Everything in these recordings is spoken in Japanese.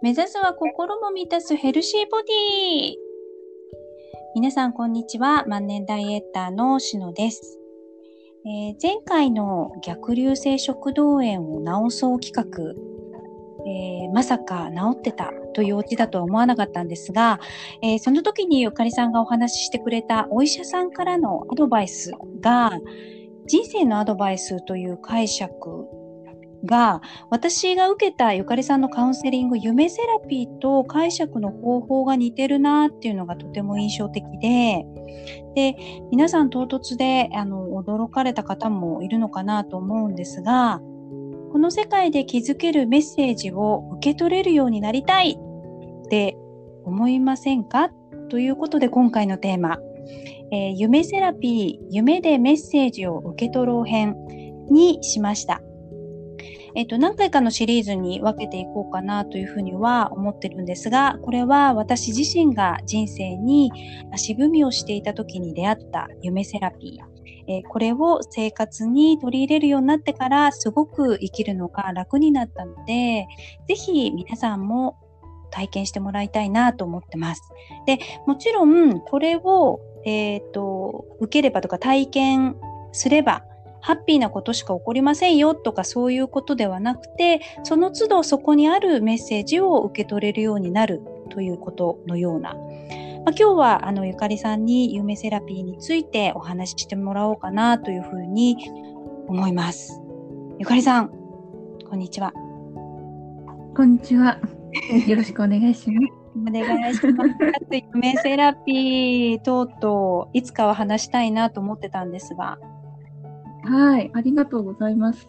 目指すは心も満たすヘルシーボディ。皆さんこんにちは。万年ダイエッターのしのです。前回の逆流性食道炎を治そう企画、まさか治ってたというオチだとは思わなかったんですが、その時にゆかりさんがお話ししてくれたお医者さんからのアドバイスが、人生のアドバイスという解釈が、私が受けたゆかりさんのカウンセリング、夢セラピーと解釈の方法が似てるなっていうのがとても印象的で、皆さん唐突で驚かれた方もいるのかなと思うんですが、この世界で気づけるメッセージを受け取れるようになりたいって思いませんかということで、今回のテーマ、夢セラピー、夢でメッセージを受け取ろう編にしました。何回かのシリーズに分けていこうかなというふうには思ってるんですが、これは私自身が人生に足踏みをしていた時に出会った夢セラピー。これを生活に取り入れるようになってからすごく生きるのが楽になったので、ぜひ皆さんも体験してもらいたいなと思ってます。で、もちろんこれを、受ければとか体験すればハッピーなことしか起こりませんよとかそういうことではなくて、その都度そこにあるメッセージを受け取れるようになるということのような。今日はゆかりさんに夢セラピーについてお話ししてもらおうかなというふうに思います。ゆかりさん、こんにちは。 こんにちは。よろしくお願いします。 お願いします。夢セラピーとうとういつかは話したいなと思ってたんですが。 はい、ありがとうございます。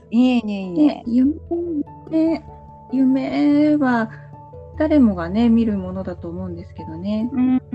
夢は誰もがね見るものだと思うんですけどね。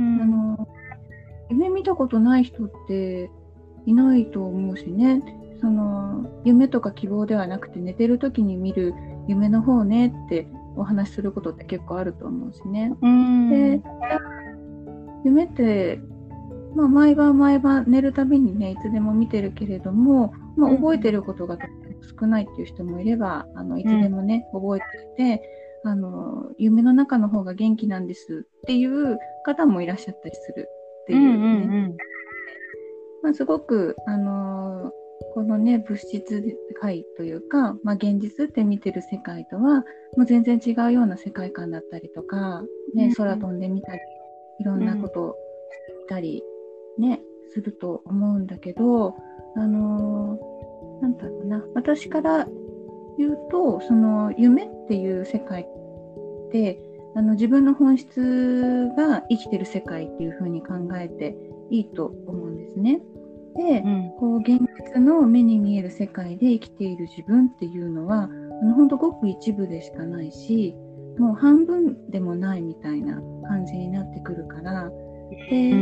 夢見たことない人っていないと思うしね。夢とか希望ではなくて寝てる時に見る夢の方ねってお話しすることって結構あると思うしね。で、夢って毎晩寝るたびにねいつでも見てるけれども、覚えてることが少ないっていう人もいれば、いつでもね、覚えてて、夢の中の方が元気なんですっていう方もいらっしゃったりするっていうね。すごく、このね、物質界というか、現実って見てる世界とは、もう全然違うような世界観だったりとか、ね、空飛んでみたり、いろんなことをしてみたり、ね、すると思うんだけど、なんだろうな、私から言うと、その夢っていう世界って、自分の本質が生きてる世界っていう風に考えていいと思うんですね。で、こう現実の目に見える世界で生きている自分っていうのは、本当ごく一部でしかないし、もう半分でもないみたいな感じになってくるから、で、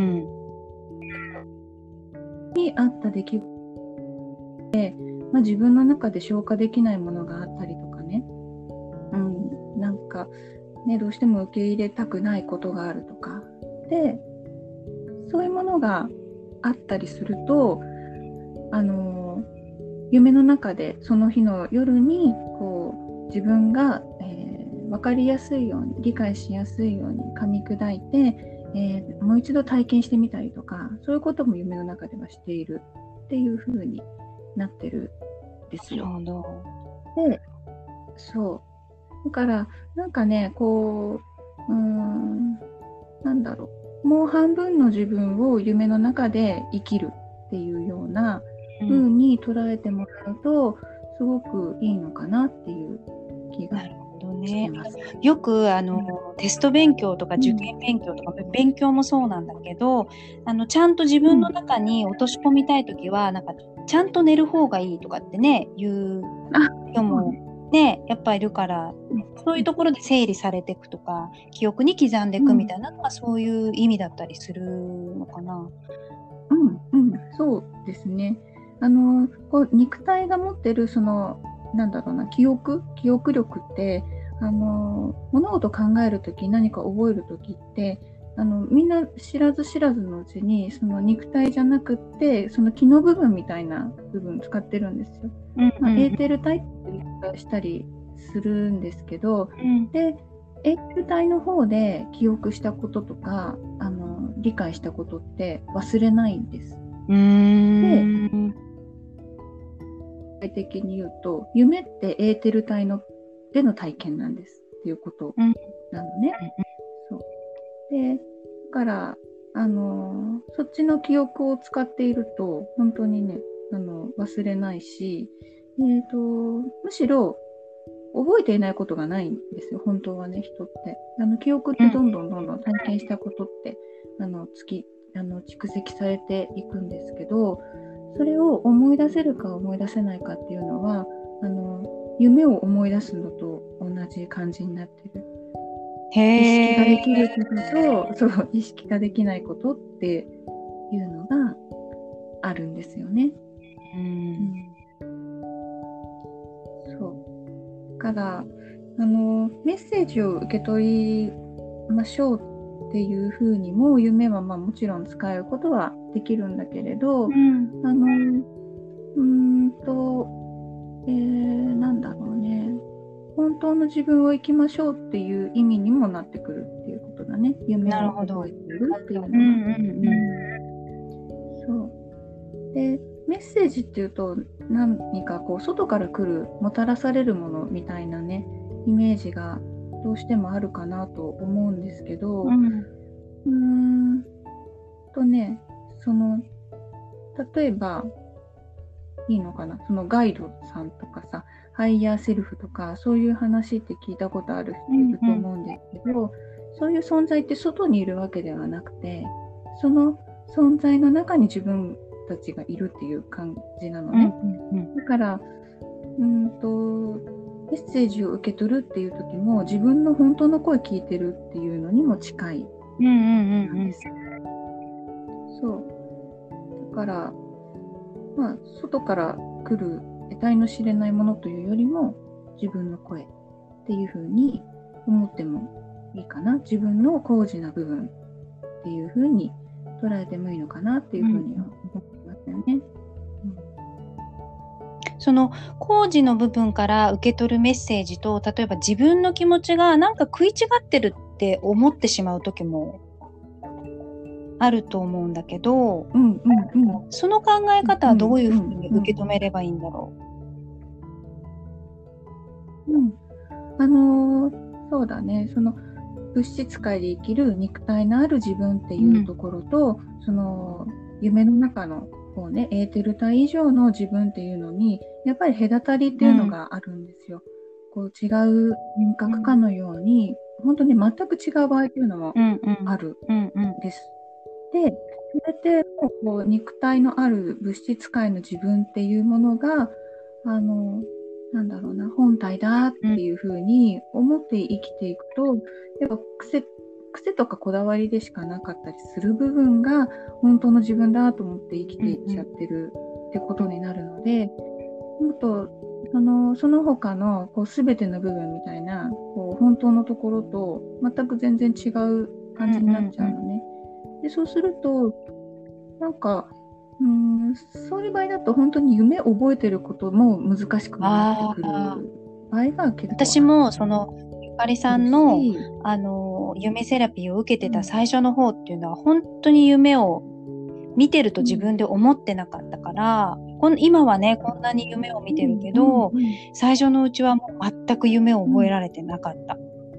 にあった出来事で、自分の中で消化できないものがあったりとかね、なんかね、どうしても受け入れたくないことがあるとかで、そういうものがあったりすると、夢の中でその日の夜にこう自分が、分かりやすいように、理解しやすいように噛み砕いて、もう一度体験してみたりとか、そういうことも夢の中ではしているっていう風になってるんですよ。で、そうだからなんかね、こう、なんだろう、もう半分の自分を夢の中で生きるっていうような風に捉えてもらうと、すごくいいのかなっていう気がしてます。 よくテスト勉強とか受験勉強とか、勉強もそうなんだけど、ちゃんと自分の中に落とし込みたいときは、なんかちゃんと寝る方がいいとかってね、言う人もね、やっぱいるから、そういうところで整理されていくとか、記憶に刻んでいくみたいなのは、そういう意味だったりするのかな。 そうですね。こう肉体が持ってるそのなんだろうな、記憶力って、物事を考えるとき、何か覚えるときって、みんな知らず知らずのうちにその肉体じゃなくってその気の部分みたいな部分使ってるんですよ。エーテル体って言い方したりするんですけど、でエーテル体の方で記憶したこととか、理解したことって忘れないんです。で、具体的に言うと、夢ってエーテル体での体験なんですっていうことなのね。そうで、だから、そっちの記憶を使っていると、本当にね、忘れないし、むしろ、覚えていないことがないんですよ、本当はね、人って。記憶ってどんどん体験したことって、蓄積されていくんですけど、それを思い出せるか思い出せないかっていうのは、夢を思い出すのと同じ感じになってる。意識ができることと、そう、意識ができないことっていうのがあるんですよね。そう。だから、メッセージを受け取りましょうっていうふうにも、夢はもちろん使えることはできるんだけれど、なんだろうね。本当の自分を生きましょうっていう意味にもなってくるっていうことだね。夢を覚えているっていうのが。そう。で、メッセージっていうと何かこう外から来るもたらされるものみたいなねイメージがどうしてもあるかなと思うんですけど、例えばいいのかな、そのガイドさんとかさ、ハイヤーセルフとかそういう話って聞いたことある人いると思うんですけど、そういう存在って外にいるわけではなくて、その存在の中に自分たちがいるっていう感じなのね。だからメッセージを受け取るっていう時も自分の本当の声聞いてるっていうのにも近いなんです。そうだから外から来る得体の知れないものというよりも自分の声っていう風に思ってもいいかな。自分の高次な部分っていう風に捉えてもいいのかなっていう風には思ってますよね。 その高次の部分から受け取るメッセージと、例えば自分の気持ちがなんか食い違ってるって思ってしまう時もあると思うんだけど、その考え方はどういうふうに受け止めればいいんだろう。そうだね。その物質界で生きる肉体のある自分っていうところと、その夢の中のこうね、エーテル体以上の自分っていうのにやっぱり隔たりっていうのがあるんですよ。こう違う人格かのように、本当に全く違う場合っていうのもあるんです。で、それでこう肉体のある物質界の自分っていうものがなんだろうな、本体だっていうふうに思って生きていくと、やっぱ癖とかこだわりでしかなかったりする部分が本当の自分だと思って生きていっちゃってるってことになるので、もっとその他のこう全ての部分みたいなこう本当のところと全く全然違う感じになっちゃうのね。でそうするとなんかそういう場合だと本当に夢を覚えてることも難しくなってくる場合が結構ある。 私もそのゆかりさんの夢セラピーを受けてた最初の方っていうのは本当に夢を見てると自分で思ってなかったから、今はねこんなに夢を見てるけど、最初のうちはもう全く夢を覚えられてなかった。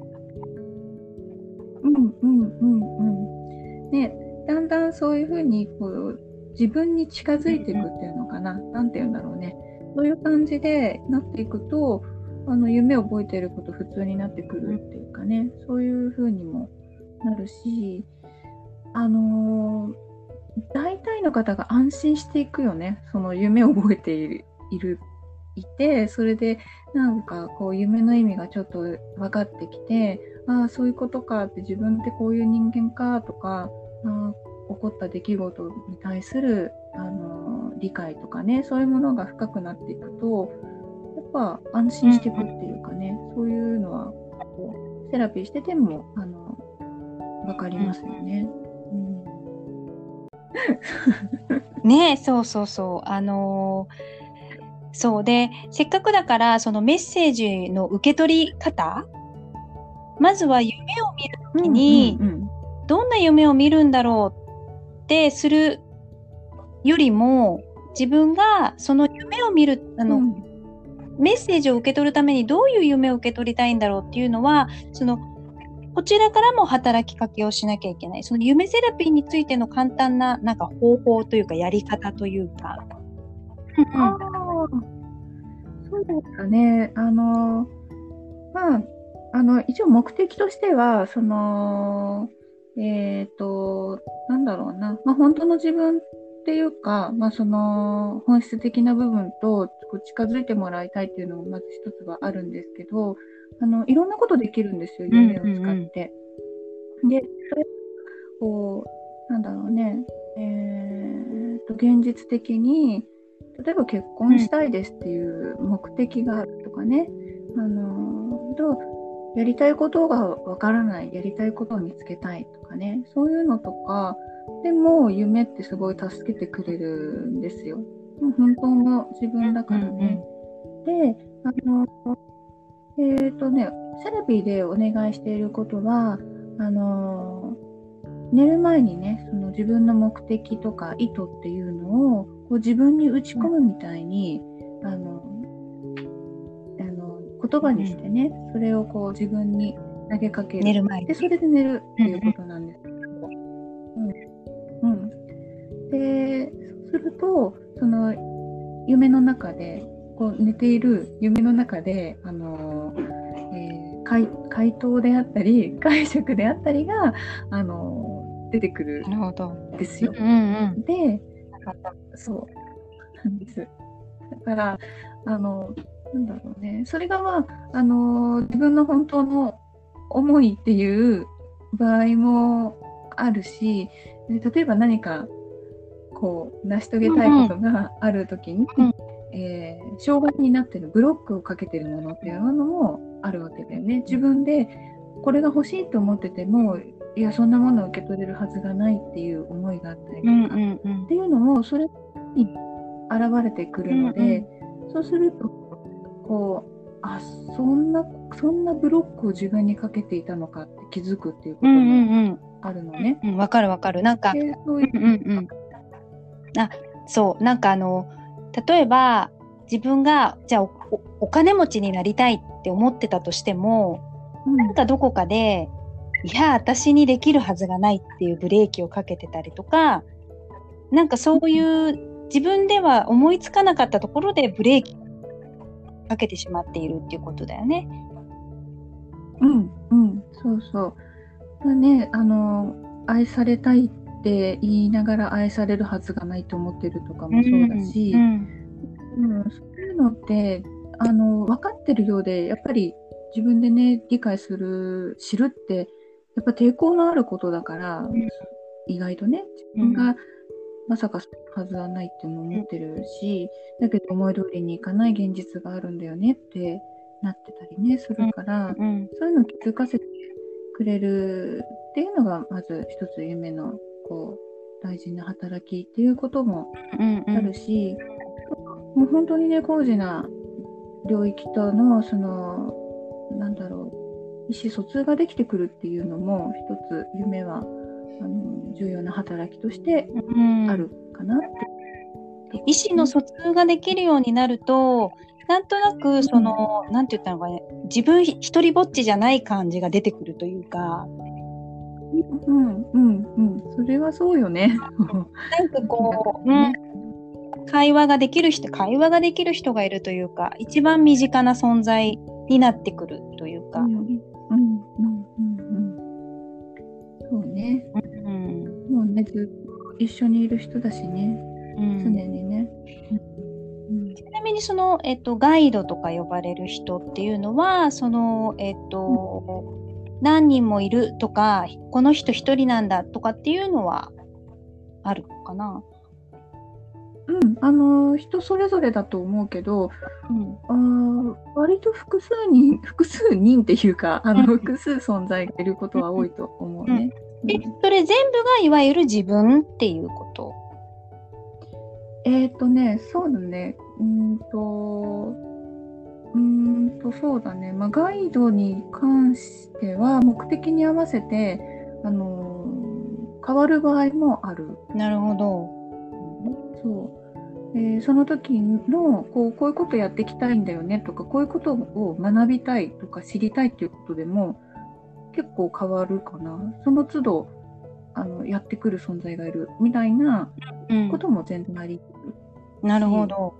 ね、だんだんそういうふうにこう自分に近づいていくっていうのかな、なんていうんだろうね。そういう感じでなっていくと、夢を覚えていること普通になってくるっていうかね、そういうふうにもなるし、大体の方が安心していくよね。その夢を覚えていて、それでなんかこう夢の意味がちょっと分かってきて、ああそういうことかって、自分ってこういう人間かとか、起こった出来事に対する理解とかね、そういうものが深くなっていくとやっぱ安心していくっていうかね、そういうのはこうセラピーしてても分かりますよね。 ね、そうそうで、せっかくだからそのメッセージの受け取り方まずは夢を見るときに、どんな夢を見るんだろうってするよりも、自分がその夢を見る、メッセージを受け取るためにどういう夢を受け取りたいんだろうっていうのは、こちらからも働きかけをしなきゃいけない。その夢セラピーについての簡単ななんか方法というかやり方というか。 そうですかね。一応目的としては、なんだろうな、本当の自分っていうか、本質的な部分と近づいてもらいたいっていうのもまず一つはあるんですけど、いろんなことできるんですよ、夢を使って。で、それなんだろうね、現実的に、例えば結婚したいですっていう目的があるとかね、やりたいことがわからない、やりたいことを見つけたいとかね、そういうのとかでも夢ってすごい助けてくれるんですよ。本当の自分だからね。で、セラピーでお願いしていることは、寝る前にね、その自分の目的とか意図っていうのを自分に打ち込むみたいに、言葉にしてね、それを自分に投げかける。 寝る前に。 で、それで寝るっていうことなんですけど。で、そうすると、その夢の中で、寝ている夢の中で、回答であったり、解釈であったりが、出てくるんですよ。で、そうなんです。だから、なんだろうね、それが自分の本当の思いっていう場合もあるし、例えば何か成し遂げたいことがあるときに、障害になってるブロックをかけてるものっていうのもあるわけだよね。自分でこれが欲しいと思ってても、いやそんなものを受け取れるはずがないっていう思いがあったりとか、っていうのもそれに現れてくるので、そうするとそんなブロックを自分にかけていたのかって気づくっていうこともあるのね。 わかるわかる。なんか、そうなんか例えば自分がじゃあお金持ちになりたいって思ってたとしても、なんかどこかでいや私にできるはずがないっていうブレーキをかけてたりとか、なんかそういう自分では思いつかなかったところでブレーキかけてしまっているっていうことだよね。 そうそう。ね、愛されたいって言いながら愛されるはずがないと思ってるとかもそうだし、そういうのって分かってるようで、やっぱり自分でね理解知るってやっぱ抵抗のあることだから、意外とね自分がまさかそういうはずはないって思ってるし、だけど思い通りにいかない現実があるんだよねってなってたりねするから、そういうのを気づかせてくれるっていうのがまず一つ夢の大事な働きっていうこともあるし、もう本当にね高次な領域とのなんだろう、意思疎通ができてくるっていうのも一つ夢は重要な働きとしてあるかなって、 意思の疎通ができるようになると、なんとなくなんて言ったのかね、自分一人ぼっちじゃない感じが出てくるというか、 それはそうよね。 なんか会話ができる人がいるというか、一番身近な存在になってくるというか。 そうね。もうね、ずっと一緒にいる人だしね。常にね。 ちなみにガイドとか呼ばれる人っていうのは、何人もいるとか、この人一人なんだとかっていうのはあるかな？ 人それぞれだと思うけど、割と複数人っていうか、複数存在がいることは多いと思うね。 で、それ全部がいわゆる自分っていうこと？ そうだね。 そうだね。まあ、ガイドに関しては、目的に合わせて、変わる場合もある。 なるほど。 そう。その時のこういうことやっていきたいんだよねとか、こういうことを学びたいとか知りたいっていうことでも結構変わるかな。その都度やってくる存在がいるみたいなことも全然あり得る。 なるほど。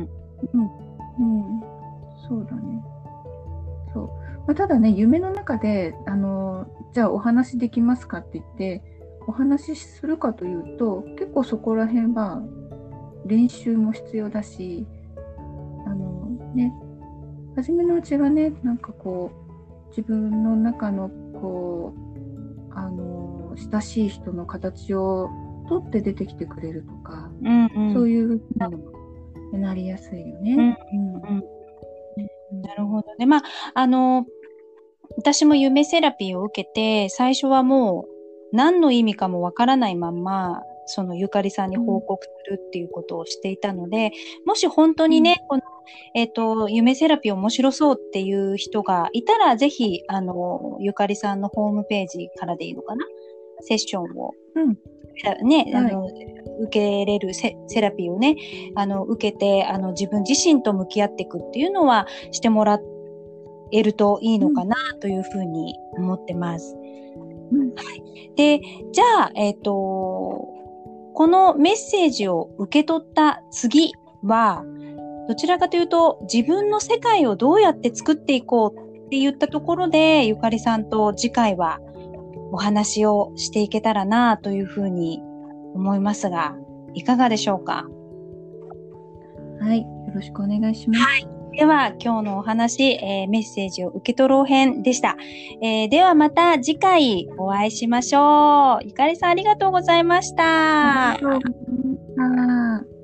そうだね。そう。まあ、ただね、夢の中でじゃあお話できますかって言ってお話しするかというと、結構そこら辺は練習も必要だし、ね、初めのうちはね、なんかこう自分の中のこう親しい人の形を取って出てきてくれるとか、そういうのもなりやすいよね。 なるほどね。まあ私も夢セラピーを受けて、最初はもう何の意味かもわからないまま、そのゆかりさんに報告するっていうことをしていたので、もし本当にね、この、夢セラピー面白そうっていう人がいたら、ぜひ、ゆかりさんのホームページからでいいのかな、セッションを、ね、受けれるセラピーをね、受けて、自分自身と向き合っていくっていうのはしてもらえるといいのかなというふうに思ってます。で、じゃあ、このメッセージを受け取った次は、どちらかというと自分の世界をどうやって作っていこうって言ったところで、ゆかりさんと次回はお話をしていけたらなというふうに思いますが、いかがでしょうか？ はい、よろしくお願いします。 はい。では、今日のお話、メッセージを受け取ろう編でした。ではまた次回お会いしましょう。ゆかりさんありがとうございました。 ありがとうございました。